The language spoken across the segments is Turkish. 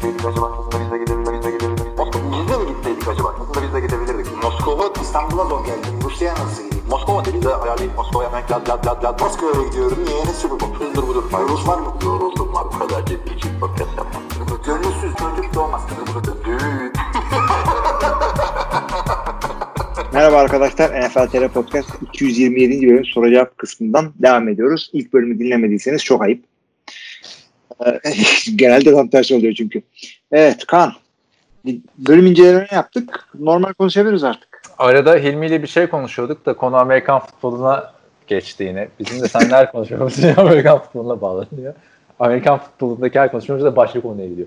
acaba? Aslında biz de gidebilirdik. Biz de mi gitseydik acaba? Aslında biz de gidebilirdik. Moskova, İstanbul'a zor geldim. Rusya'ya nasıl gideyim? Moskova dedi de ayarlayıp Moskova'ya hemen lad. Moskova'ya gidiyorum. Niye? Ne sürü bu? Hızdır budur. Rus var mı? Yoruldum var. Bu kadar ciddi podcast yapmam. Gönülsüz çocuk doğmaz. Düğün. Merhaba arkadaşlar, NFL TR Podcast 227. bölüm soru cevap kısmından devam ediyoruz. İlk bölümü dinlemediyseniz çok ayıp. Genelde tam tersi oluyor çünkü. Evet Kaan, bölüm incelemeni yaptık. Normal konuşabiliriz artık. Arada Hilmi ile bir şey konuşuyorduk da konu Amerikan futboluna geçti yine. Bizim de sen neler konuşuyoruz? Amerikan futboluna bağlanıyor. Amerikan futbolundaki her konuşmamız da başka konuya gidiyor.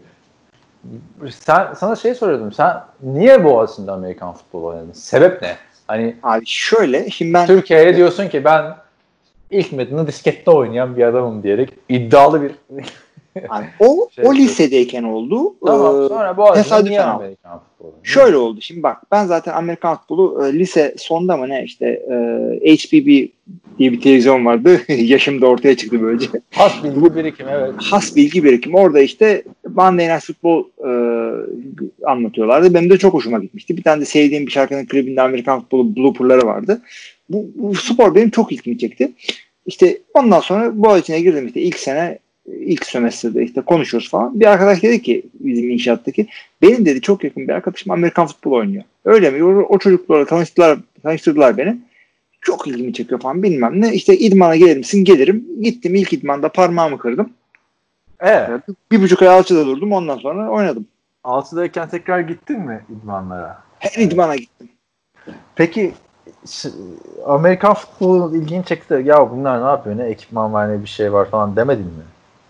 Sana şey soruyordum. Sen niye Boğaziçi'nde Amerikan futbolu oynadın? Sebep ne? Hani abi şöyle, şimdi ben Türkiye'ye diyorsun ki ben ilk metnini diskette oynayan bir adamım diyerek iddialı bir abi, o lisedeyken oldu. Tamam, sonra Boğaziçi'nde niye Amerikan futbolu? Şöyle oldu. Şimdi bak, ben zaten Amerikan futbolu lise sonda mı ne işte HBB diye bir televizyon vardı. Yaşım da ortaya çıktı böylece. Has bilgi birikim, evet. Has bilgi birikim. Orada işte Monday Night Football anlatıyorlardı. Benim de çok hoşuma gitmişti. Bir tane de sevdiğim bir şarkının klibinde Amerikan futbolu blooperları vardı. Bu spor benim çok ilgimi çekti. İşte ondan sonra Boğaziçi'ne girdim işte ilk sömestrde işte konuşuyoruz falan. Bir arkadaş dedi ki bizim inşaattaki, benim dedi çok yakın bir arkadaşım Amerikan futbolu oynuyor. Öyle mi? O çocuklarla tanıştırdılar beni. Çok ilgimi çekiyor falan bilmem ne. İşte idmana gelir misin? Gelirim. Gittim, ilk idmanda parmağımı kırdım. Evet. 1,5 ay alçıda durdum, ondan sonra oynadım. Altıdayken tekrar gittin mi idmanlara? Her idmana gittim. Peki Amerikan futbolu ilgini çekti. Ya bunlar ne yapıyor? Ne ekipman var, ne bir şey var falan demedin mi?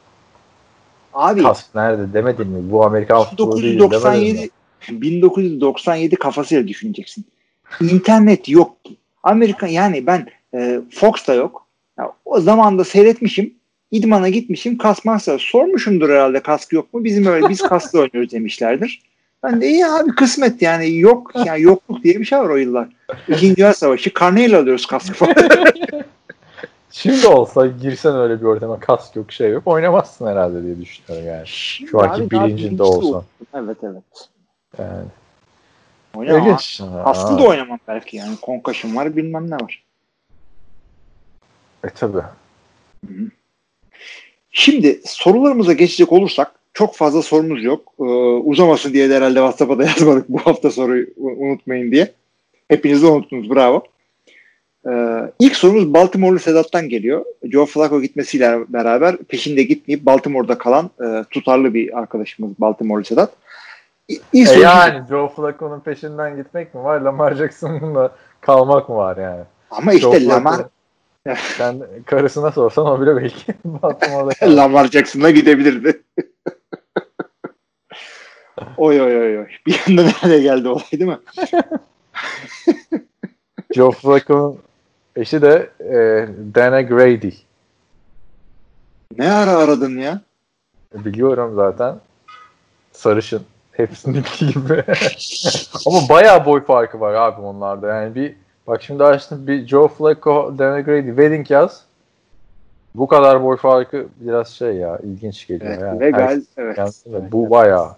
Abi kask nerede demedin mi? Bu Amerikan futbolu değil demedin mi? 1997 kafasıyla düşüneceksin. İnternet yok. Amerika, yani ben Fox'ta yok. Ya, o zaman da seyretmişim. İdmana gitmişim. Kasmazsa sormuşumdur herhalde, kask yok mu? Biz kaskla oynuyoruz demişlerdir. Ben de iyi abi, kısmet yani, yok yani, yokluk diye bir şey var o yıllar. İkinci Dünya Savaşı karneyle alıyoruz kaskı falan. Şimdi olsa girsen öyle bir ortama, kask yok, şey yok, oynamazsın herhalde diye düşünüyorum yani. Şu anki bilincinde olsan. Evet. Yani. Oynamam. Kaskı da oynamam belki yani. Konkaşım var, bilmem ne var. Tabii. Şimdi sorularımıza geçecek olursak, çok fazla sorumuz yok. Uzamasın diye de herhalde WhatsApp'a da yazmadık bu hafta soruyu unutmayın diye. Hepiniz de unuttunuz, bravo. İlk sorumuz Baltimore'lu Sedat'tan geliyor. Joe Flacco gitmesiyle beraber peşinde gitmeyip Baltimore'da kalan tutarlı bir arkadaşımız Baltimore'lu Sedat. Yani Joe Flacco'nun peşinden gitmek mi var? Lamar Jackson'la kalmak mı var yani? Ama işte Lamar... Sen karısına sorsan o bile belki Baltimore'da Lamar Jackson'la gidebilirdi. Oy. Bir anda nereye geldi olay, değil mi? Joe Flacco'nun eşi de Dana Grady. Ne ara aradın ya? Biliyorum zaten. Sarışın. Hepsindeki gibi. Ama bayağı boy farkı var abi onlarda. Yani bak şimdi açtım, bir Joe Flacco, Dana Grady wedding yaz. Bu kadar boy farkı biraz şey ya, ilginç geliyor. Evet, yani. Evet. Bu bayağı.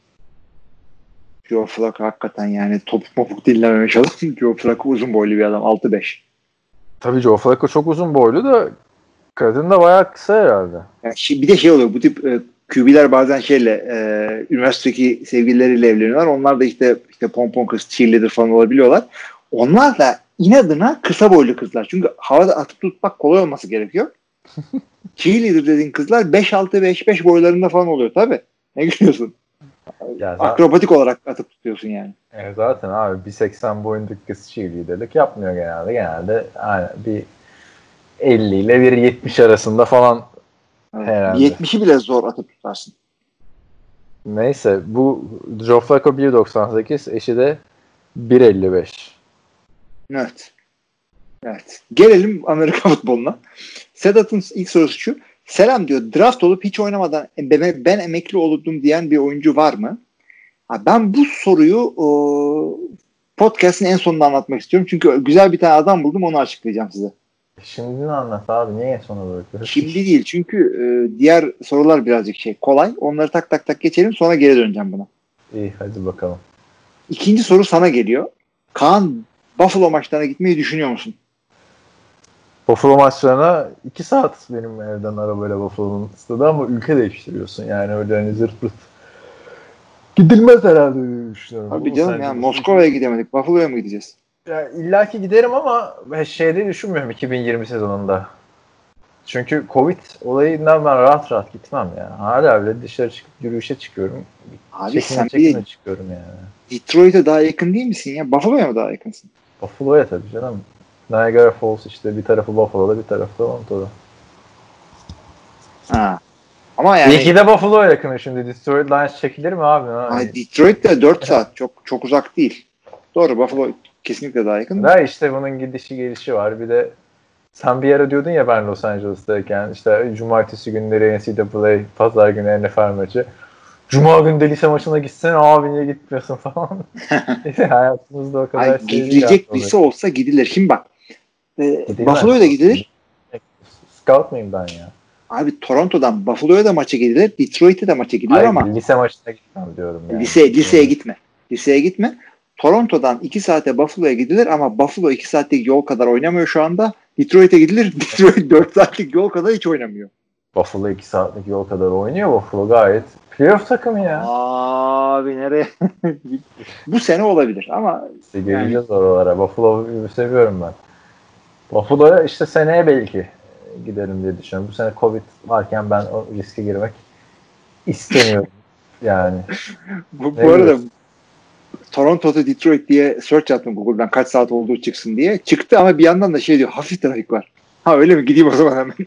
Joe Flacco hakikaten yani topuk dinlememiş adam. Joe Flacco uzun boylu bir adam. 6'5. Tabii Joe Flacco çok uzun boylu da kadın da bayağı kısa herhalde. Yani bir de şey oluyor, bu tip QB'ler bazen üniversitedeki sevgilileriyle evleniyorlar. Onlar da işte pompon kız, cheerleader falan olabiliyorlar. Onlar da inadına kısa boylu kızlar. Çünkü havada atıp tutmak kolay olması gerekiyor. Cheerleader dediğin kızlar 5-6-5-5 boylarında falan oluyor tabii. Ne gülüyorsun? Yani akrobatik olarak atıp tutuyorsun yani. Zaten abi 1.80 boyundaki kız cheerleader'lık yapmıyor genelde. Genelde yani bir 50 ile 1.70 arasında falan herhalde. 70'i bile zor atıp tutarsın. Neyse, bu Joe Flacco 1.98, eşi de 1.55. Evet. Gelelim Amerikan futboluna. Sedat'ın ilk sorusu şu. Selam diyor. Draft olup hiç oynamadan ben emekli olurdum diyen bir oyuncu var mı? Ben bu soruyu podcast'ın en sonunda anlatmak istiyorum. Çünkü güzel bir tane adam buldum, onu açıklayacağım size. Şimdi anlat abi. Niye sona bırakıyorsun? Şimdi değil çünkü diğer sorular birazcık kolay. Onları tak tak tak geçelim sonra geri döneceğim buna. İyi hadi bakalım. İkinci soru sana geliyor. Kaan, Buffalo maçlarına gitmeyi düşünüyor musun? Buffalo maçlarına 2 saat benim evden arabayla Buffalo'nun stadı ama ülke değiştiriyorsun. Yani öyle hani zırt pırt gidilmez herhalde diye düşünüyorum. Abi canım ya Moskova'ya gidemedik. Buffalo'ya mı gideceğiz? Ya illaki giderim ama şeyde düşünmüyorum 2020 sezonunda. Çünkü Covid olayından ben rahat gitmem ya. Hala bile dışarı çıkıp yürüyüşe çıkıyorum. Abi sen bir çıkıyorum yani. Detroit'e daha yakın değil misin ya? Buffalo'ya mı daha yakınsın? Buffalo'ya tabii canım. Niagara Falls işte bir tarafı Buffalo'da bir tarafı Toronto'da. Ha. Ama yani... İyi ki de Buffalo'ya yakın şimdi. Detroit Lions çekilir mi abi? Ay, Detroit de 4 saat. Çok uzak değil. Doğru, Buffalo kesinlikle daha yakın. Da işte bunun gidişi gelişi var. Bir de sen bir ara diyordun ya ben Los Angeles'tayken işte cumartesi günleri NCAA, pazar günü NFL maçı. Cuma günü de lise maçına gitsen abi niye gitmiyorsun falan. Hayatımızda o kadar gidilecek lise olsa gidilir. Şimdi bak Buffalo'ya da gidilir. Scout mıyım ben ya? Abi Toronto'dan Buffalo'ya da maça gidilir. Detroit'e de maça gidilir ama. Lise maçına gitmem diyorum yani. Liseye gitme. Liseye gitme. Toronto'dan 2 saate Buffalo'ya gidilir ama Buffalo 2 saatlik yol kadar oynamıyor şu anda. Detroit'e gidilir. Detroit 4 saatlik yol kadar hiç oynamıyor. Buffalo 2 saatlik yol kadar oynuyor. Buffalo gayet playoff takımı ya. Abi nereye? Bu sene olabilir ama işte geleceğiz oralara. Buffalo'yu seviyorum ben. Buffalo'ya işte seneye belki giderim diye düşünüyorum. Bu sene Covid varken ben o riske girmek istemiyorum. Yani. bu arada Toronto'da Detroit diye search yaptım Google'dan kaç saat olduğu çıksın diye. Çıktı ama bir yandan da diyor hafif trafik var. Ha öyle mi? Gideyim o zaman hemen.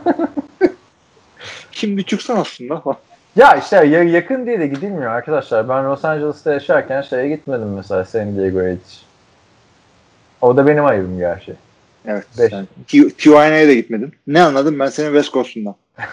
Şimdi çıksan aslında. Ya işte yakın diye de gidilmiyor arkadaşlar. Ben Los Angeles'ta yaşarken şeye gitmedim mesela San Diego'ya hiç. O da benim ayıbım gerçi. Evet. Tijuana'ya da gitmedim. Ne anladım ben senin West Coast'undan.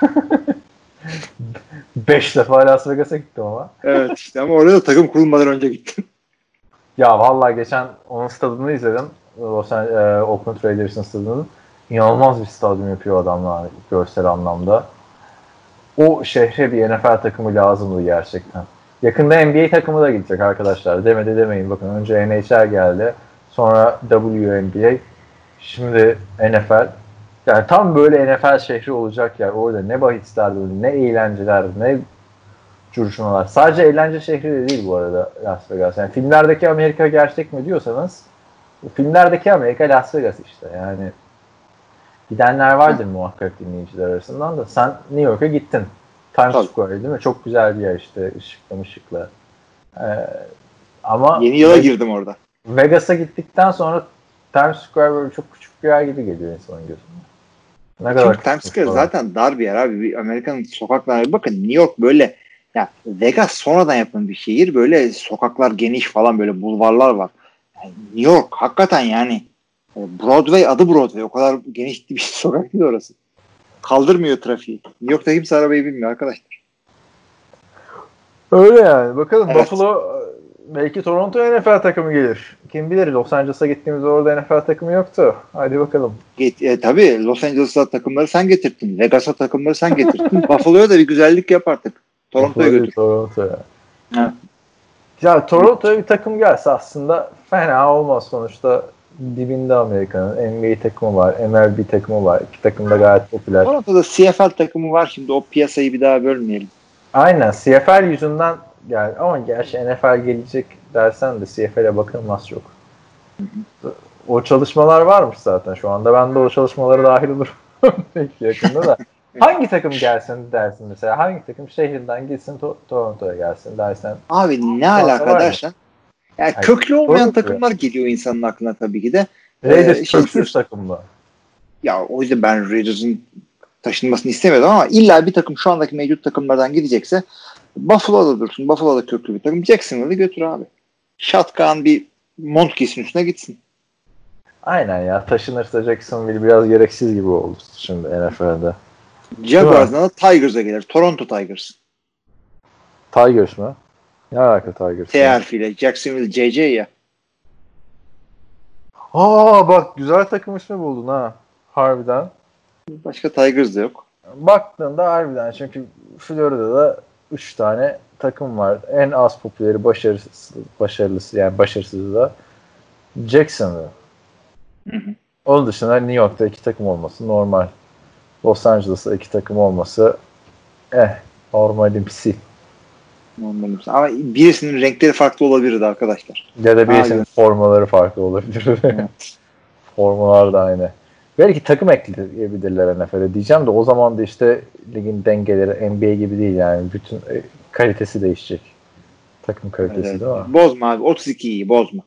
5 defa Las Vegas'a gittim ama. Evet işte ama orada da takım kurulmadan önce gittim. Ya vallahi geçen onun stadını izledim. Oakland Raiders'ın stadını. İnanılmaz bir stadyum yapıyor adamlar görsel anlamda. O şehre bir NFL takımı lazımdı gerçekten. Yakında NBA takımı da gidecek arkadaşlar. Demeyin. Bakın önce NHL geldi. Sonra WNBA. Şimdi NFL. Yani tam böyle NFL şehri olacak yer. Orada ne bahisler, ne eğlenceler, ne curuşmalar. Sadece eğlence şehri de değil bu arada Las Vegas. Yani filmlerdeki Amerika gerçek mi diyorsanız filmlerdeki Amerika Las Vegas işte. Yani gidenler vardır muhakkak dinleyiciler arasından da. Sen New York'a gittin. Times Square değil mi? Çok güzel bir yer işte. Işıklı. Ama yeni yıla girdim orada. Vegas'a gittikten sonra Times Square böyle çok küçük bir yer gibi geliyor insanın gözüne. Ne kadar çünkü Times Square zaten dar bir yer abi. Bir Amerika'nın sokakları. Bakın New York böyle ya Vegas sonradan yapılan bir şehir. Böyle sokaklar geniş falan böyle bulvarlar var. Yani New York hakikaten yani Broadway adı Broadway. O kadar geniş bir sokak değil orası. Kaldırmıyor trafiği. New York'ta kimse arabayı bilmiyor arkadaşlar. Öyle yani. Bakalım evet. Buffalo belki Toronto NFL takımı gelir. Kim bilir Los Angeles'a gittiğimizde orada NFL takımı yoktu. Hadi bakalım. Tabii Los Angeles'a takımları sen getirdin. Vegas'a takımları sen getirdin. Buffalo'ya da bir güzellik yap artık. Toronto'ya götür. Toronto'ya. Evet. Ya Toronto'ya bir takım gelse aslında fena olmaz sonuçta. Dibinde Amerika'nın NBA takımı var, MLB takımı var. İki takım da gayet popüler. Toronto'da CFL takımı var. Şimdi o piyasayı bir daha bölmeyelim. Aynen. CFL yüzünden yani ama gerçi NFL gelecek dersen de CFL'e bakılmaz çok. O çalışmalar varmış zaten şu anda. Ben de o çalışmalara dahil olurum. Peki yakında da. Hangi takım gelsin dersin mesela? Hangi takım şehrinden gitsin Toronto'ya gelsin dersen? Abi ne alaka dersen? Yani köklü olmayan takımlar geliyor insanın aklına tabii ki de. Raiders köksüz takım mı? Ya o yüzden ben Raiders'ın taşınmasını istemiyordum ama illa bir takım şu andaki mevcut takımlardan gidecekse Buffalo'da dursun. Buffalo'da köklü bir takım. Jacksonville'ı götür abi. Shotgun bir mont giysin üstüne gitsin. Aynen ya. Taşınırsa Jacksonville biraz gereksiz gibi oldu şimdi NFL'de. Jaguars'dan da Tigers'a gelir. Toronto Tigers. Tigers mı? Ne alaka Tigers? T harfiyle. Jacksonville JJ ya. Aa bak güzel takım ismi buldun ha. Harbiden. Başka Tigers da yok. Baktığında harbiden çünkü Florida'da 3 tane takım var. En az popüleri başarılısı yani başarısızı da Jacksonville. Hı hı. Onun dışında New York'ta 2 takım olması normal. Los Angeles'ta 2 takım olması normalimsi. Normalim. Ama birisinin renkleri farklı olabilirdi arkadaşlar. Ya da birisinin formaları farklı olabilir. Evet. Formalar da aynı. Belki takım ekleyebilirler NFL'e diyeceğim de o zaman da işte ligin dengeleri NBA gibi değil yani. Bütün kalitesi değişecek. Takım kalitesi Evet. değil mi? Bozma abi. 32'yi bozma.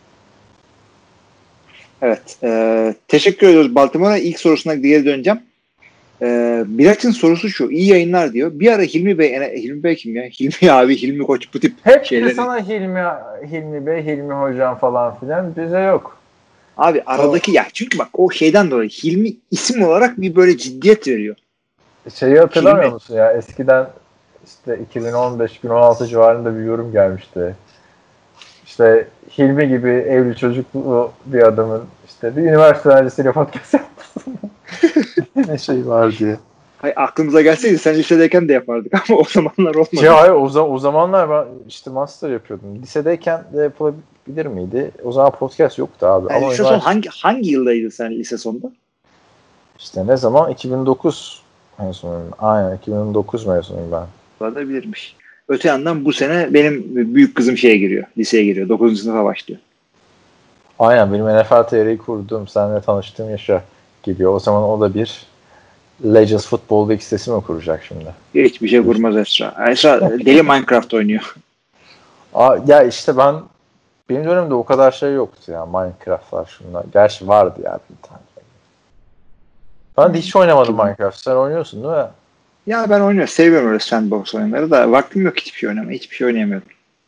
Evet. Teşekkür ediyoruz Baltimore'a. İlk sorusuna geri döneceğim. Biraç'ın sorusu şu. İyi yayınlar diyor. Bir ara Hilmi Bey kim ya? Hilmi abi, Hilmi Koç bu tip Hep şeyleri. sana Hilmi Bey, Hilmi Hocam falan filan bize yok. Abi aradaki ya çünkü bak o şeyden dolayı Hilmi isim olarak bir böyle ciddiyet veriyor. Şeyi hatırlamıyor musun ya? Eskiden işte 2015-2016 civarında bir yorum gelmişti. İşte Hilmi gibi evli çocuklu bir adamın işte bir üniversite öğrencisiyle podcast yapmasın. Ne şey var diye. Hayır, aklımıza gelseydi sen lisedeyken de yapardık ama o zamanlar olmadı. Ya hayır o zamanlar ben işte master yapıyordum. Lisedeyken de yapılabilir miydi? O zaman podcast yoktu abi. Yani ama lise son hangi yıldaydın sen lise sonunda? İşte ne zaman? 2009 mezunuyum. Aynen 2009 mezunuyum ben. Olabilirmiş. Öte yandan bu sene benim büyük kızım şeye giriyor. Liseye giriyor. 9. sınıfa başlıyor. Aynen benim NFL TR'yi kurduğum, seninle tanıştığım yaşa geliyor. O zaman o da bir Legends Football League sitesi mi kuracak şimdi? Hiçbir şey kurmaz Esra. Esra deli Minecraft oynuyor. Ya işte benim dönemde o kadar şey yoktu ya. Minecraft'lar şunlar. Gerçi vardı ya bir tane. Ben de hiç oynamadım Minecraft. Sen oynuyorsun değil mi? Ya ben oynuyorum. Seviyorum öyle sandbox oyunları da. Vaktim yok hiçbir şey oynamaya. Hiçbir şey oynayamıyorum.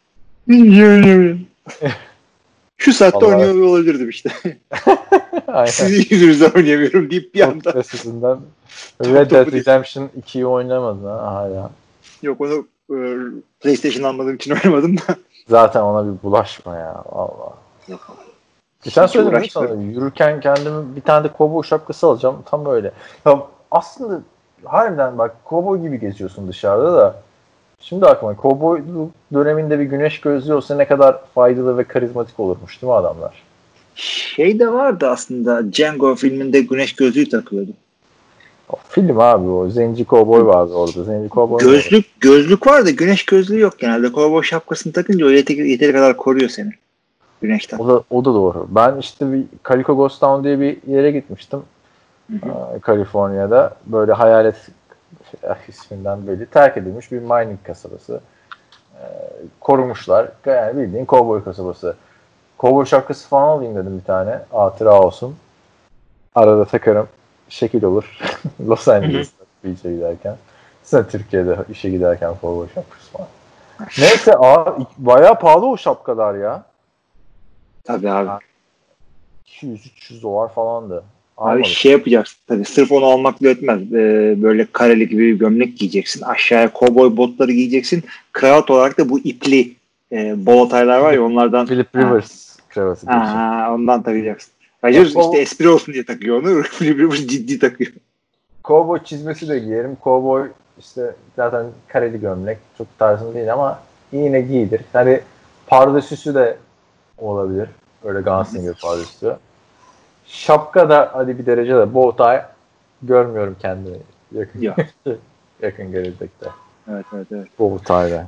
Şu saatte Vallahi... oynuyor olabilirdim işte. Sizin yüzünüzden oynayamıyorum deyip bir anda. Red Dead Redemption 2'yi oynamadın ha hala. Yok onu PlayStation almadığım için oynamadım da. Zaten ona bir bulaşma ya. Allah. Sen söyledin mi sana? Yürürken kendime bir tane de kovboy şapkası alacağım. Tam öyle. Ya aslında harbiden bak kovboy gibi geziyorsun dışarıda da. Şimdi aklıma kovboy döneminde bir güneş gözlüğü olsa ne kadar faydalı ve karizmatik olurmuş değil mi adamlar? Şey de vardı aslında. Django filminde güneş gözlüğü takıyordu. O film abi o. Zenci kovboy vardı orada. Zenci kovboy gözlük var da güneş gözlüğü yok genelde. Kovboy şapkasını takınca o yeteri kadar koruyor seni. Güneşten. O da doğru. Ben işte bir Calico Ghost Town diye bir yere gitmiştim. Kaliforniya'da. Böyle hayalet isminden böyle terk edilmiş bir mining kasabası. Korumuşlar. Yani bildiğin kovboy kasabası. Kovboy şapkası falan alayım dedim bir tane. Hatıra olsun. Arada takarım. Şekil olur. Los Angeles'ta bir işe giderken. Sen Türkiye'de işe giderken kovboy şapkası falan. Neyse bayağı pahalı o şapkalar ya. Tabii abi. 200-300 dolar falandı. Abi şey yapacaksın tabii. Sırf onu almakla yetmez. Böyle kareli gibi bir gömlek giyeceksin. Aşağıya kovboy botları giyeceksin. Kravat olarak da bu ipli bolotaylar var ya onlardan. Philip Rivers kravatı diyorsun. Ondan takacaksın. Hayır işte espri olsun diye takıyor onu. Philip Rivers ciddi takıyor. Kovboy çizmesi de giyerim. Kovboy işte zaten kareli gömlek. Çok tarzım değil ama yine giydir. Hani pardesüsü de olabilir. Öyle Gunslinger pardesüsü. Şapka da hadi bir derece de bow görmüyorum kendimi yakın gelecekte. Evet. Bow tie'da.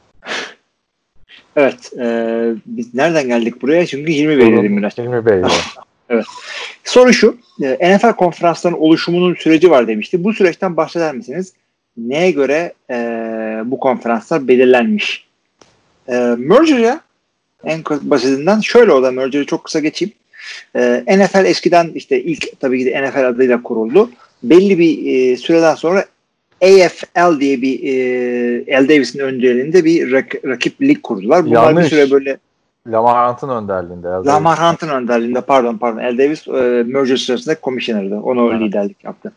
Evet. Biz nereden geldik buraya? Çünkü 20 Bey dedim biraz. 20 Bey. Evet. Soru şu. NFL konferanslarının oluşumunun süreci var demişti. Bu süreçten bahseder misiniz? Neye göre bu konferanslar belirlenmiş? Merger'e en basitinden şöyle o da merger'ı çok kısa geçeyim. NFL eskiden işte ilk tabii ki de NFL adıyla kuruldu. Belli bir süreden sonra AFL diye bir Al Davis'in önderliğinde bir rakip lig kurdular. Bunlar yanlış. Bir süre böyle Lamar Hunt'ın önderliğinde. Lamar Hunt'ın önderliğinde pardon. Al Davis merger sırasında komisyonerdi. Onu liderlik yaptı.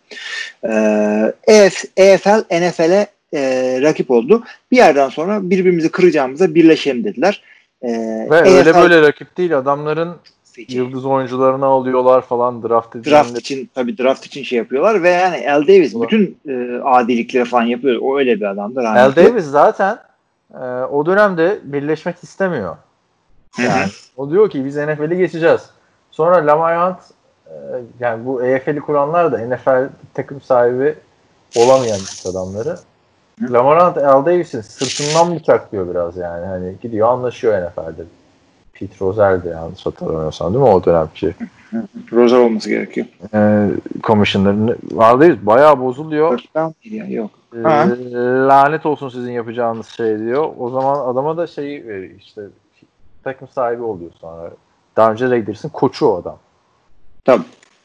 AFL NFL'e rakip oldu. Bir yerden sonra birbirimizi kıracağımıza birleşelim dediler. Ve öyle böyle rakip değil adamların yıldız oyuncularını alıyorlar falan draft için şey yapıyorlar ve yani Al Davis bütün adilikleri falan yapıyor. O öyle bir adamdır. Al Davis zaten o dönemde birleşmek istemiyor. Yani o diyor ki biz NFL'i geçeceğiz. Sonra Lamar Hunt yani bu EFL'i kuranlar da NFL takım sahibi olamayan adamları. Lamar Hunt Al Davis'in sırtından bıçaklıyor biraz yani. Hani gidiyor anlaşıyor NFL'de. Pete Rozelle de yanlış hatırlamıyorsam değil mi o dönemki? Rozelle olması gerekiyor. Commissioner'ın Al Davis bayağı bozuluyor. Yok. Lanet olsun sizin yapacağınız şey diyor. O zaman adama da şeyi veriyor işte takım sahibi oluyor sonra. Daha önce Raiders'ın koçu o adam. Tabii.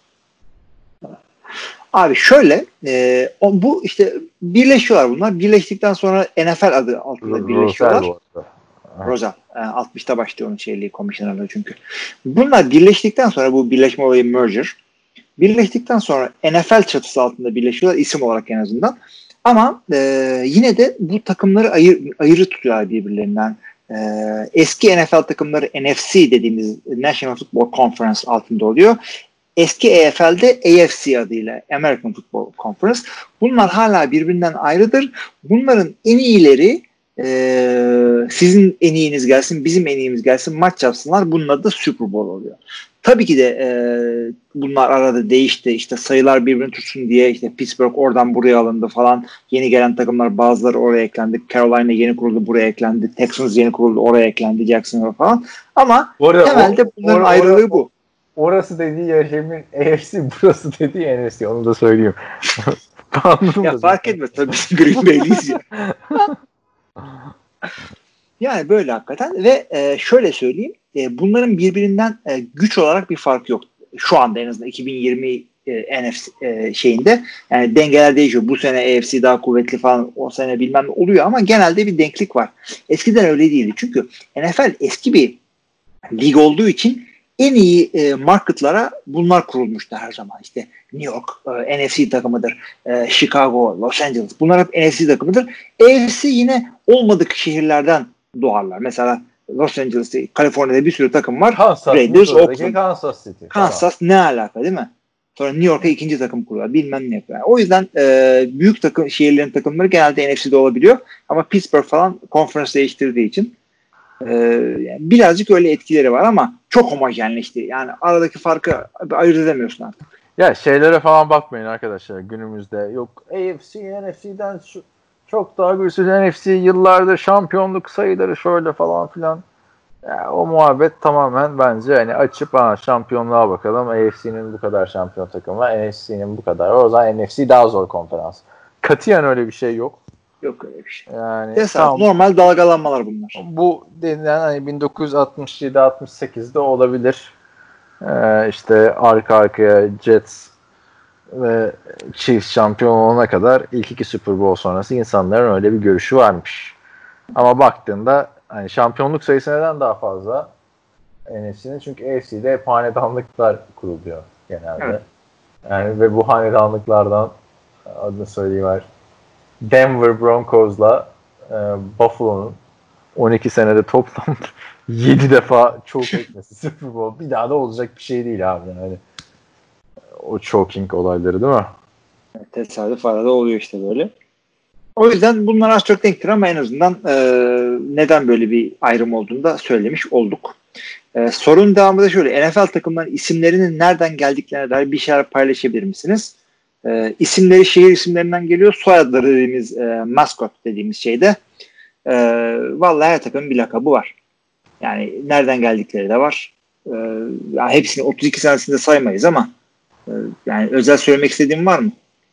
Abi şöyle bu işte birleşiyorlar bunlar. Birleştikten sonra NFL adı altında birleşiyorlar. Rozelle. 60'ta başlıyor onun şeyliği komisyonerliği çünkü. Bunlar birleştikten sonra bu birleşme olayı merger. Birleştikten sonra NFL çatısı altında birleşiyorlar isim olarak en azından. Ama yine de bu takımları ayrı tutuyorlar birbirlerinden. Eski NFL takımları NFC dediğimiz National Football Conference altında oluyor. Eski AFL'de AFC adıyla American Football Conference. Bunlar hala birbirinden ayrıdır. Bunların en iyileri sizin en iyiniz gelsin, bizim en iyimiz gelsin maç yapsınlar. Bunun adı da Super Bowl oluyor. Tabii ki de bunlar arada değişti. İşte sayılar birbirini tutsun diye işte Pittsburgh oradan buraya alındı falan. Yeni gelen takımlar bazıları oraya eklendi. Carolina yeni kuruldu buraya eklendi. Texans yeni kuruldu oraya eklendi. Jacksonville falan. Ama temelde bunların ayrılığı bu. Orası dediği yaşamın AFC, burası dediği NFC. Onu da söyleyeyim. Ya fark etmez. Tabii biz Green Bay'liyiz ya. Yani böyle hakikaten ve şöyle söyleyeyim bunların birbirinden güç olarak bir fark yok. Şu anda en azından 2020 NFC şeyinde yani dengeler değişiyor. Bu sene AFC daha kuvvetli falan o sene bilmem ne oluyor ama genelde bir denklik var. Eskiden öyle değildi. Çünkü NFL eski bir lig olduğu için en iyi marketlara bunlar kurulmuştu her zaman. İşte New York NFC takımıdır. Chicago, Los Angeles. Bunlar hep NFC takımıdır. AFC yine olmadık şehirlerden doğarlar. Mesela Los Angeles'te, Kaliforniya'da bir sürü takım var. Raiders, Oakland. Kansas City. Kansas ne alaka değil mi? Sonra New York'a ikinci takım kuruyorlar. Bilmem ne yapıyor. Yani o yüzden büyük takım şehirlerin takımları genelde NFC'de olabiliyor. Ama Pittsburgh falan konferans değiştirdiği için yani birazcık öyle etkileri var ama çok homojenleşti. Yani aradaki farkı ayırt edemiyorsun artık. Ya şeylere falan bakmayın arkadaşlar günümüzde. Yok AFC, NFC'den çok daha güçlü NFC yıllardır şampiyonluk sayıları şöyle falan filan. Yani o muhabbet tamamen bence hani açıp şampiyonluğa bakalım. AFC'nin bu kadar şampiyon takımı var. NFC'nin bu kadar. O zaman NFC daha zor konferans. Katiyen öyle bir şey yok. Yok öyle bir şey. Yani tamam. Normal dalgalanmalar bunlar. Bu denilen hani 1967-68'de olabilir. İşte arka arkaya Jets ve Chiefs şampiyon olana kadar ilk iki Super Bowl sonrası insanların öyle bir görüşü varmış. Ama baktığında hani şampiyonluk sayısı neden daha fazla NFC'nin? Çünkü AFC'de hep hanedanlıklar kuruluyor genelde. Evet. Yani ve bu hanedanlıklardan adını söyleyeyim Denver Broncos'la Buffalo'nun 12 senede toplam 7 defa choke etmesi Super Bowl. Bir daha da olacak bir şey değil abi. Yani o choking olayları değil mi? Tesadüf arada oluyor işte böyle. O yüzden bunlar az çok denktir ama en azından neden böyle bir ayrım olduğunu da söylemiş olduk. Sorun devamı da şöyle. NFL takımlarının isimlerinin nereden geldiklerine dair bir şeyler paylaşabilir misiniz? İsimleri şehir isimlerinden geliyor. Soyadları dediğimiz maskot dediğimiz şeyde vallahi her takımın bir lakabı var. Yani nereden geldikleri de var. Yani hepsini 32 senesinde saymayız ama yani özel söylemek istediğim var mı?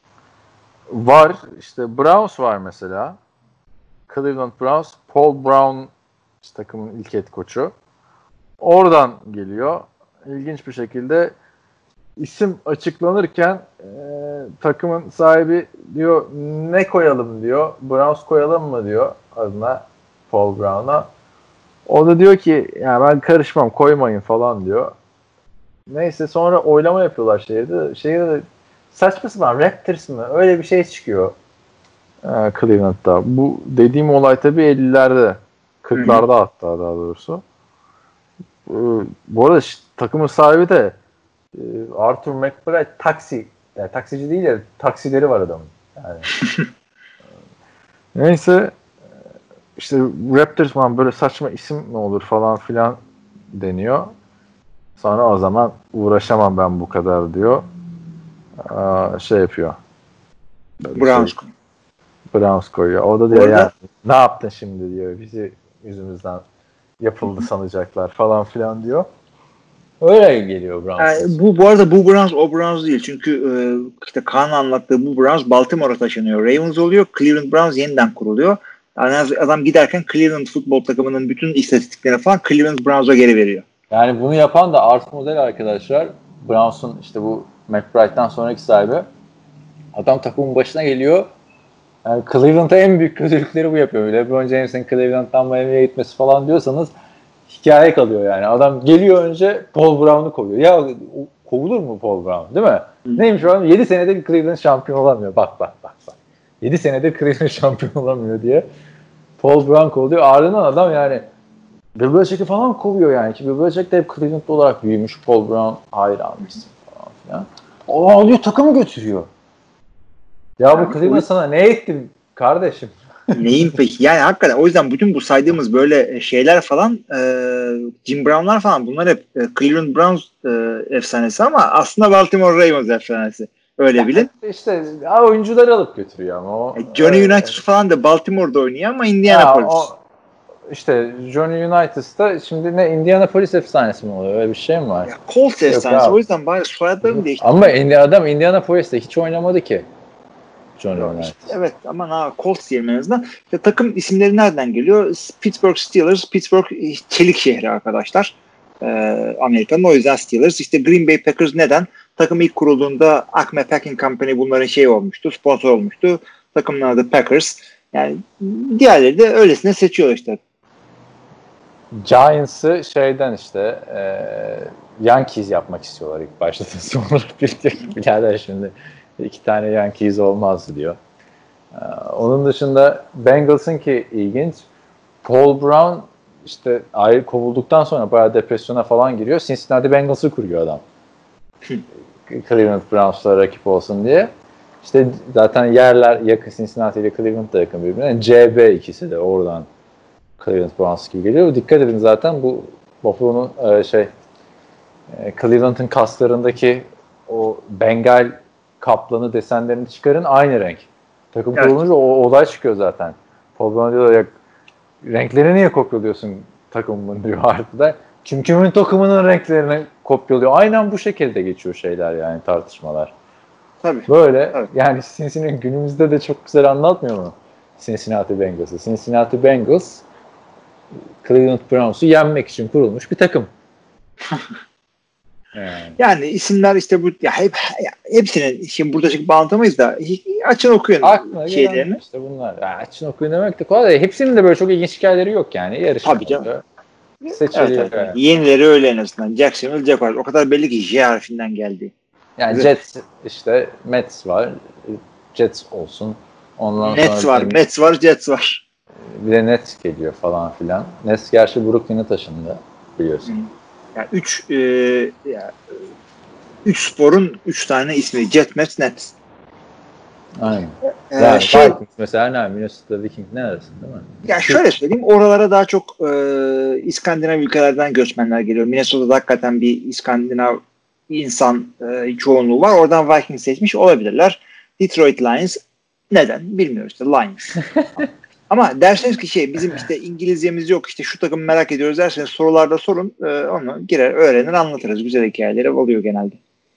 Var. İşte Browns var mesela. Cleveland Browns. Paul Brown işte takımın ilk head koçu. Oradan geliyor. İlginç bir şekilde isim açıklanırken takımın sahibi diyor ne koyalım diyor. Browns koyalım mı diyor adına Paul Brown'a. O da diyor ki yani ben karışmam koymayın falan diyor. Neyse sonra oylama yapıyorlar şehirde saçma sapan Raptors mı? Öyle bir şey çıkıyor Cleveland'da. Bu dediğim olay tabii 50'lerde 40'larda hatta daha doğrusu. bu arada takımın sahibi de Arthur McBride yani taksici değil de taksileri var adamın. Yani. Neyse işte Raptors falan böyle saçma isim mi olur falan filan deniyor. Sonra o zaman uğraşamam ben bu kadar diyor. Şey yapıyor. Browns koyuyor. O da diyor yani ne yaptın şimdi diyor. Bizi yüzümüzden yapıldı sanacaklar falan filan diyor. Öyle geliyor Browns. Bu arada bu Browns o Browns değil. Çünkü işte Kaan'ın anlattığı bu Browns Baltimore'a taşınıyor. Ravens oluyor. Cleveland Browns yeniden kuruluyor. Yani adam giderken Cleveland futbol takımının bütün istatistiklerini falan Cleveland Browns'a geri veriyor. Yani bunu yapan da Art Model arkadaşlar. Browns'un işte bu McBride'den sonraki sahibi. Adam takımın başına geliyor. Yani Cleveland'a en büyük kötülükleri bu yapıyor. LeBron James'in Cleveland'dan Miami'ye gitmesi falan diyorsanız hikaye kalıyor yani. Adam geliyor önce Paul Brown'u kovuyor. Ya kovulur mu Paul Brown değil mi? Neymiş o adam? 7 senedir Cleveland şampiyon olamıyor. Bak. 7 senedir Cleveland şampiyon olamıyor diye. Paul Brown kovuluyor. Ardından adam yani Bill Belichick'i falan kovuyor yani. Ki Bill Belichick de hep Cleveland'da olarak büyümüş. Paul Brown hayranmışsın falan filan. O alıyor takımı götürüyor. Ya bu Cleveland sana ne etti kardeşim? Neyin peki? Yani hakikaten o yüzden bütün bu saydığımız böyle şeyler falan Jim Brown'lar falan bunlar hep Cleveland Browns efsanesi ama aslında Baltimore Ravens efsanesi. Öyle bilin. İşte oyuncuları alıp götürüyor ama o. Johnny Unitas falan da Baltimore'da oynuyor ama Indianapolis. İşte Johnny Unitas'ta şimdi ne Indianapolis efsanesi mi oluyor? Öyle bir şey mi var? Ya Colts efsanesi. O yüzden bari soyadlarını değiştirdi. Ama adam Indianapolis'te hiç oynamadı ki. Johnny Unitas. Evet ama Colts diyelim en azından. İşte takım isimleri nereden geliyor? Pittsburgh Steelers. Pittsburgh çelik şehri arkadaşlar. Amerika'nın, o yüzden Steelers. İşte Green Bay Packers neden? Takım ilk kurulduğunda Acme Packing Company bunların olmuştu. Sponsor olmuştu. Takımın adı Packers. Yani diğerleri de öylesine seçiyor işte. Giants'ı şeyden işte Yankees yapmak istiyorlar ilk başta. Sonra birader şimdi 2 tane Yankees olmaz diyor. Onun dışında Bengals'ın ki ilginç. Paul Brown işte ayrı kovulduktan sonra bayağı depresyona falan giriyor. Cincinnati Bengals'ı kuruyor adam. Cleveland Browns'la rakip olsun diye. İşte zaten yerler yakın, Cincinnati ile Cleveland da yakın birbirine. CB ikisi de oradan Cleveland Browns gibi geliyor. Dikkat edin zaten bu Buffalo'nun Cleveland'ın kaslarındaki o Bengal kaplanı desenlerini çıkarın, aynı renk. Takım kurulunca o olay çıkıyor zaten. Paul Brown diyor ya, renkleri niye kopyalıyorsun takımın diyor artık. Kimin takımının renklerini kopyalıyor. Aynen bu şekilde geçiyor şeyler yani, tartışmalar. Tabii. Böyle yani Cincinnati günümüzde de çok güzel anlatmıyor mu? Cincinnati Bengals'ı. Cincinnati Bengals Cleveland Browns'u yenmek için kurulmuş bir takım. Yani isimler işte bu hepsinin şimdi burada çıkıp bağlantamayız da açın okuyun şeylerini. İşte bunlar. Açın okuyun demek de kolay. Hepsinin de böyle çok ilginç hikayeleri yok yani. Tabii canım. Seçiliyor. Evet. Yenileri öyle en azından. Jacksonville Jaguars. O kadar belli ki J harfinden geldi. Yani evet. Jets işte Mets var. Jets olsun. Ondan Nets sonra var. Mets var. Jets var. Bir de Nets geliyor falan filan. Nets gerçi Brooklyn'e taşındı biliyorsun. Yani 3 sporun 3 tane ismi. Jet, Mets, Nets. Aynen. Yani Vikings mesela Minnesota Vikings ne arasın değil mi? Ya şöyle söyleyeyim. Oralara daha çok İskandinav ülkelerden göçmenler geliyor. Minnesota'da hakikaten bir İskandinav insan çoğunluğu var. Oradan Vikings seçmiş olabilirler. Detroit Lions neden? Bilmiyoruz işte. Lions. Ama derseniz ki bizim işte İngilizcemiz yok, işte şu takımı merak ediyoruz derseniz sorularda sorun, onu girer öğrenir anlatırız. Güzel hikayeleri oluyor genelde.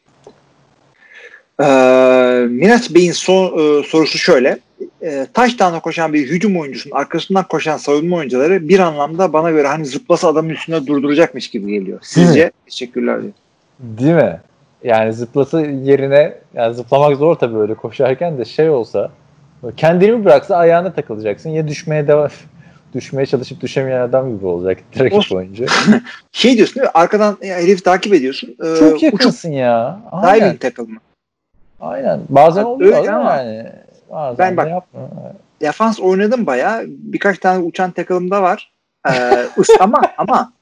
Miraç Bey'in sorusu şöyle. Touchdown'a koşan bir hücum oyuncusunun arkasından koşan savunma oyuncuları bir anlamda bana göre hani zıplasa adamın üstüne durduracakmış gibi geliyor. Sizce? Teşekkürler diyor. Değil mi? Yani zıplası yerine, yani zıplamak zor tabii öyle koşarken de olsa, kendini mi bıraksa ayağına takılacaksın ya düşmeye çalışıp düşemeyen adam gibi olacak rakip oyuncu. Diyorsun değil mi? Arkadan herifi takip ediyorsun. Çok yakınsın ya. Diving tackle mı? Aynen. Bazen oluyor ama yani. Bazen ben bak defans oynadım bayağı. Birkaç tane uçan tackle'ım da var. ama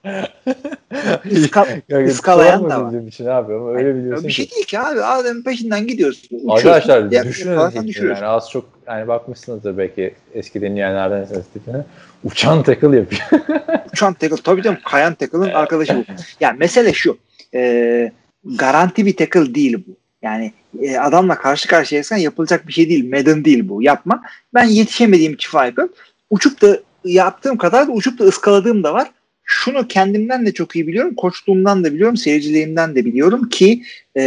ıskalayan da var. Için abi ama öyle biliyorsun bir şey değil ki abi. Adamın peşinden gidiyorsun. Arkadaşlar düşünün yani az çok yani bakmışsınızdır belki eski dinleyenlerden tipine. Uçan tackle yapıyor. Uçan tackle tabii canım. Kayan tackle'ın arkadaşı bu. Yani mesele şu. Garanti bir tackle değil bu. Yani adamla karşı karşıyaysan yapılacak bir şey değil. Madden değil bu. Yapma. Ben yetişemediğim için yapıyorum. Uçup da yaptığım kadar da uçup da ıskaladığım da var. Şunu kendimden de çok iyi biliyorum. Koçluğumdan da biliyorum. Seyirciliğimden de biliyorum ki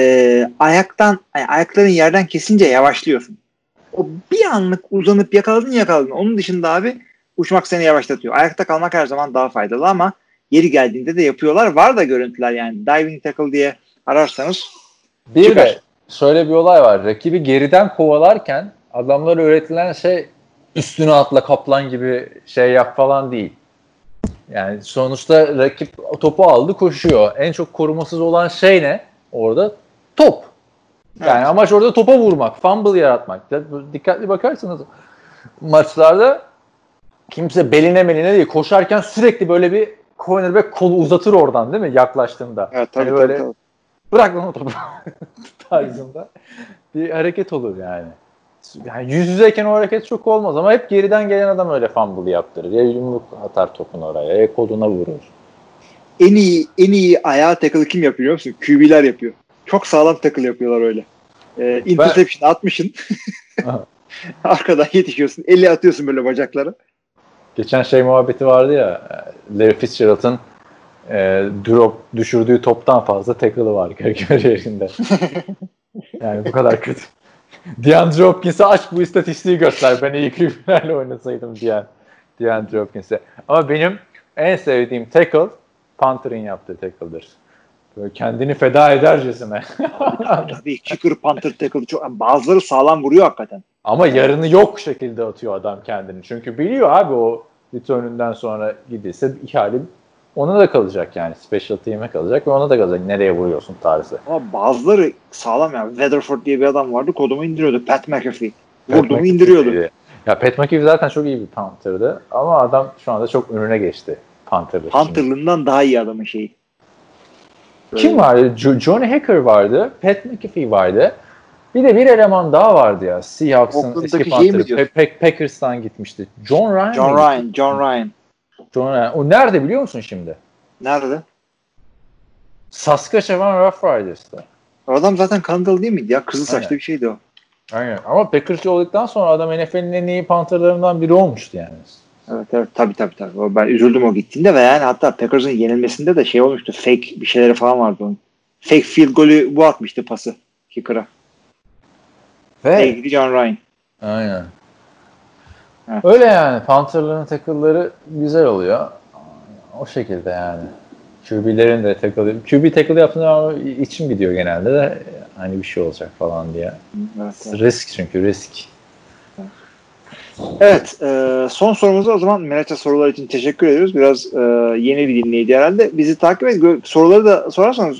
ayakların yerden kesince yavaşlıyorsun. O bir anlık uzanıp yakaladın. Onun dışında abi uçmak seni yavaşlatıyor. Ayakta kalmak her zaman daha faydalı ama yeri geldiğinde de yapıyorlar. Var da görüntüler yani. Diving tackle diye ararsanız bir çıkar. De şöyle bir olay var. Rakibi geriden kovalarken adamlara öğretilen şey üstüne atla kaplan gibi şey yap falan değil. Yani sonuçta rakip topu aldı koşuyor. En çok korumasız olan şey ne? Orada top. Yani evet. Amaç orada topa vurmak, fumble yaratmak. Dikkatli bakarsanız maçlarda kimse beline değil. Koşarken sürekli böyle bir cornerback kolu uzatır oradan değil mi? Yaklaştığında. Evet tabii hani böyle tabii. Bırak lan o topu tarzında bir hareket olur yani. Yani yüz yüzeyken o hareket çok olmaz ama hep geriden gelen adam öyle fumble yaptırır. Ya yumruk atar topun oraya ya koluna vurur. En iyi ayağı tackle kim yapıyor biliyor musun? QB'ler yapıyor. Çok sağlam tackle yapıyorlar öyle. Interception atmışsın. Arkadan yetişiyorsun. Eli atıyorsun böyle bacaklara. Geçen şey muhabbeti vardı ya. Larry Fitzgerald'ın düşürdüğü toptan fazla tackle'ı var kariyerinde. Yani bu kadar kötü. DeAndre Hopkins'e aç bu istatistiği göster. Ben iyi QB'lerle oynasaydım diyen DeAndre Hopkins'e. Ama benim en sevdiğim tackle Panther'ın yaptığı tackle'dır. Böyle kendini feda edercesine. Tabii kicker Panther tackle çok. Bazıları sağlam vuruyor hakikaten. Ama yarını yok şekilde atıyor adam kendini. Çünkü biliyor abi o return'ünden sonra gidilse ihale ona da kalacak yani. Special team'e kalacak ve ona da kalacak. Nereye vuruyorsun tarzı. Ama bazıları sağlam ya. Weatherford diye bir adam vardı. Kodumu indiriyordu. Pat McAfee. Vurduğumu indiriyordu. Ya Pat McAfee zaten çok iyi bir punter'dı. Ama adam şu anda çok önüne geçti. Punter'lığından daha iyi adamın şeyi. Kim vardı? Johnny Hacker vardı. Pat McAfee vardı. Bir de bir eleman daha vardı ya. Seahawks'ın eski punter'ı. Packers'tan gitmişti. John Ryan. O nerede biliyor musun şimdi? Nerede? Saskatchewan Rough Riders'ta. O adam zaten Kanadalı değil miydi ya? Kızıl saçlı bir şeydi o. Aynen. Ama Packers'ı olduktan sonra adam NFL'in en iyi punterlarından biri olmuştu yani. Evet tabii. Ben üzüldüm o gittiğinde ve yani hatta Packers'ın yenilmesinde de şey olmuştu. Fake bir şeyleri falan vardı onun. Fake field golü bu atmıştı pası kicker'a. Ve John Ryan. Aynen. Evet. Öyle yani. Panther'ların tackle'ları güzel oluyor. O şekilde yani. QB'lerin de tackle'ı. QB tackle yaptığında içim gidiyor genelde de hani bir şey olacak falan diye. Evet. Risk çünkü risk. Evet. Son sorumuzu o zaman Meraç'a sorular için teşekkür ediyoruz. Biraz yeni bir dinleyici herhalde. Bizi takip edin. Soruları da sorarsanız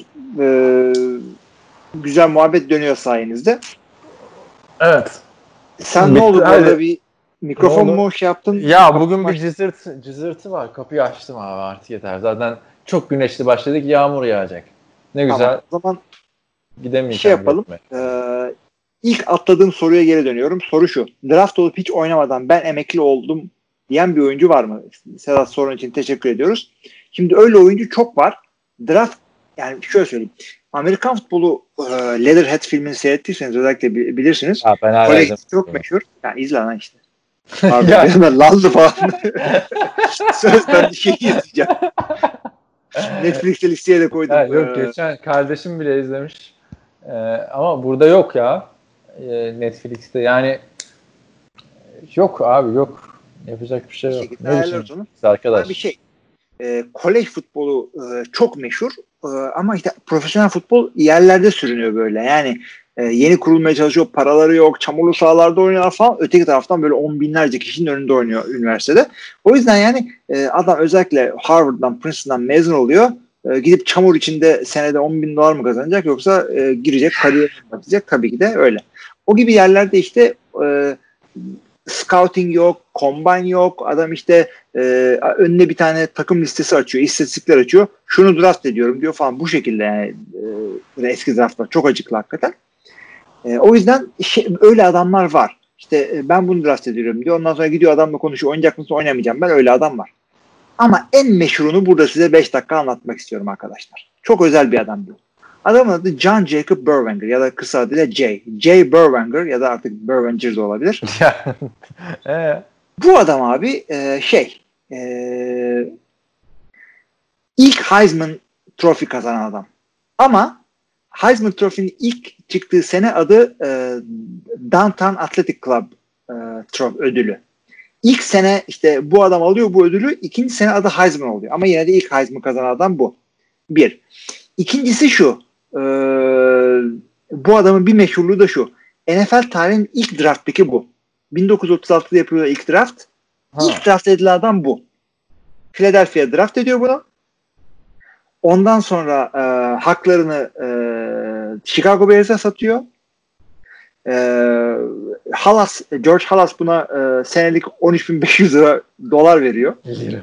güzel muhabbet dönüyor sayenizde. Evet. Sen ne oldu burada bir mikrofon mu şey yaptın? Ya bugün bir cızırtı var. Kapıyı açtım abi artık yeter. Zaten çok güneşli başladık. Yağmur yağacak. Ne güzel. Tamam, o zaman gidemeyeceğim. Şey yapalım. İlk atladığım soruya geri dönüyorum. Soru şu. Draft olup hiç oynamadan ben emekli oldum diyen bir oyuncu var mı? Sedat sorun için teşekkür ediyoruz. Şimdi öyle oyuncu çok var. Draft yani şöyle söyleyeyim. Amerikan futbolu Leatherhead filmini seyrettiyseniz özellikle bilirsiniz. Kolej çok meşhur. Yani izle lan işte. Pardon. Lazlı falan. Söz ben bir şey izleyeceğim. Netflix'te listeye de koydum. Ha, yok geçen kardeşim bile izlemiş. Ama burada yok ya. Netflix'te yani yok abi yok. Yapacak bir şey yok. Ne düşünüyorsunuz arkadaş? Bir şey. Kolej futbolu çok meşhur ama işte profesyonel futbol yerlerde sürünüyor böyle. Yani yeni kurulmaya çalışıyor. Paraları yok. Çamurlu sahalarda oynuyorlar falan. Öteki taraftan böyle 10 binlerce kişinin önünde oynuyor üniversitede. O yüzden yani adam özellikle Harvard'dan, Princeton'dan mezun oluyor. Gidip çamur içinde senede $10,000 mı kazanacak yoksa girecek, kariyerine bakacak? Tabii ki de öyle. O gibi yerlerde işte scouting yok, combine yok. Adam işte Önüne bir tane takım listesi açıyor, istatistikler açıyor. Şunu draft ediyorum diyor falan. Bu şekilde yani eski draftlar çok acıklı hakikaten. O yüzden öyle adamlar var. İşte ben bunu draft ediyorum diyor. Ondan sonra gidiyor adamla konuşuyor. Oynayacak mısın? Oynamayacağım. Ben öyle adam var. Ama en meşhurunu burada size 5 dakika anlatmak istiyorum arkadaşlar. Çok özel bir adam bu. Adamın adı John Jacob Berwanger ya da kısa adıyla Jay. Jay Berwanger ya da artık Berwanger de olabilir. Bu adam abi ilk Heisman Trophy kazanan adam. Ama Heisman Trophy'nin ilk çıktığı sene adı Downtown Athletic Club ödülü. İlk sene işte bu adam alıyor bu ödülü. İkinci sene adı Heisman oluyor. Ama yine de ilk Heisman kazanan adam bu. Bir. İkincisi şu. Bu adamın bir meşhurluğu da şu. NFL tarihinin ilk draft pick'i bu. 1936'da yapılıyor ilk draft. İlk draft edilen adam bu. Philadelphia draft ediyor bunu. Ondan sonra haklarını Chicago Bears'e satıyor. George Halas buna senelik $13.500 veriyor.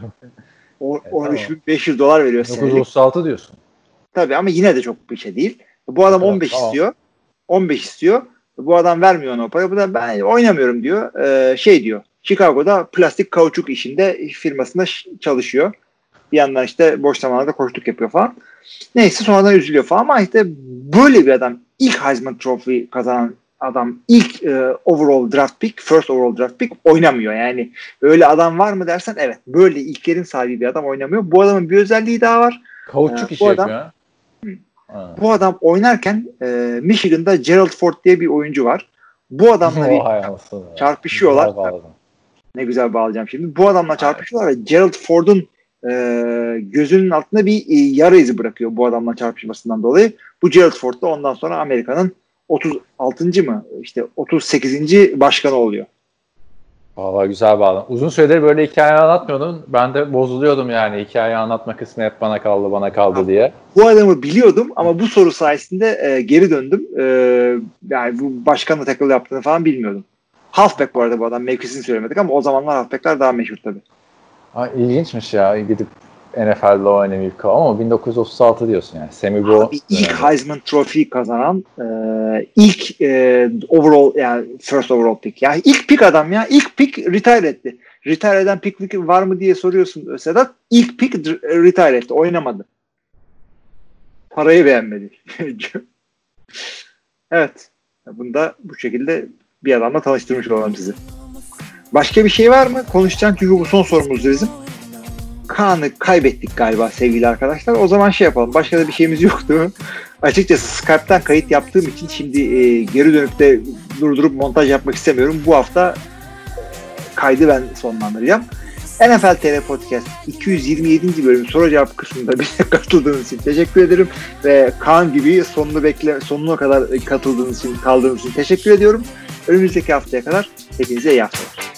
$13.500 veriyor senelik. 1936 diyorsun. Tabii ama yine de çok bir şey değil. Bu adam 15 istiyor. 15 istiyor. Bu adam vermiyor ona o parayı. Bu da ben oynamıyorum diyor. Diyor. Chicago'da plastik kauçuk işinde firmasında çalışıyor. Bir yandan işte boş zamanlarda koçluk yapıyor falan. Neyse sonradan üzülüyor falan ama işte böyle bir adam ilk Heisman Trophy kazanan adam ilk first overall draft pick oynamıyor. Yani öyle adam var mı dersen evet. Böyle ilklerin sahibi bir adam oynamıyor. Bu adamın bir özelliği daha var. Kauçuk işi yapıyor. Bu adam oynarken Michigan'da Gerald Ford diye bir oyuncu var. Bu adamla bir çarpışıyorlar. Ne güzel bağlayacağım şimdi. Bu adamla çarpışıyorlar ve Gerald Ford'un gözünün altında bir yara izi bırakıyor bu adamla çarpışmasından dolayı. Bu Gerald Ford da ondan sonra Amerika'nın 36. mı? İşte 38. başkanı oluyor. Vallahi güzel bağlam. Uzun süredir böyle hikaye anlatmıyordun. Ben de bozuluyordum yani. Hikaye anlatma kısmı hep bana kaldı diye. Bu adamı biliyordum ama bu soru sayesinde geri döndüm. Yani bu başkanla tackle yaptığını falan bilmiyordum. Halfback bu arada bu adam. Mevkisini söylemedik ama o zamanlar halfbackler daha meşhur tabii. İlginçmiş ya. Gidip NFL'de oynamayıp ama 1936 diyorsun yani. Abi ilk Heisman Trophy kazanan ilk overall yani first overall pick. Yani ilk pick adam ya. İlk pick retire etti. Retire eden pick var mı diye soruyorsun Sedat. İlk pick retire etti. Oynamadı. Parayı beğenmedi. Evet. Bunu da bu şekilde bir adamla tanıştırmış olalım sizi. Başka bir şey var mı? Konuşacağım çünkü bu son sorumuzdu bizim. Kaan'ı kaybettik galiba sevgili arkadaşlar. O zaman yapalım. Başka da bir şeyimiz yoktu. Açıkçası Skype'tan kayıt yaptığım için şimdi geri dönüp de durdurup montaj yapmak istemiyorum. Bu hafta kaydı ben sonlandıracağım. NFL TR Podcast 227. bölüm soru cevap kısmında bize katıldığınız için teşekkür ederim. Ve Kaan gibi sonuna kadar kaldığınız için teşekkür ediyorum. Önümüzdeki haftaya kadar hepinize iyi haftalar.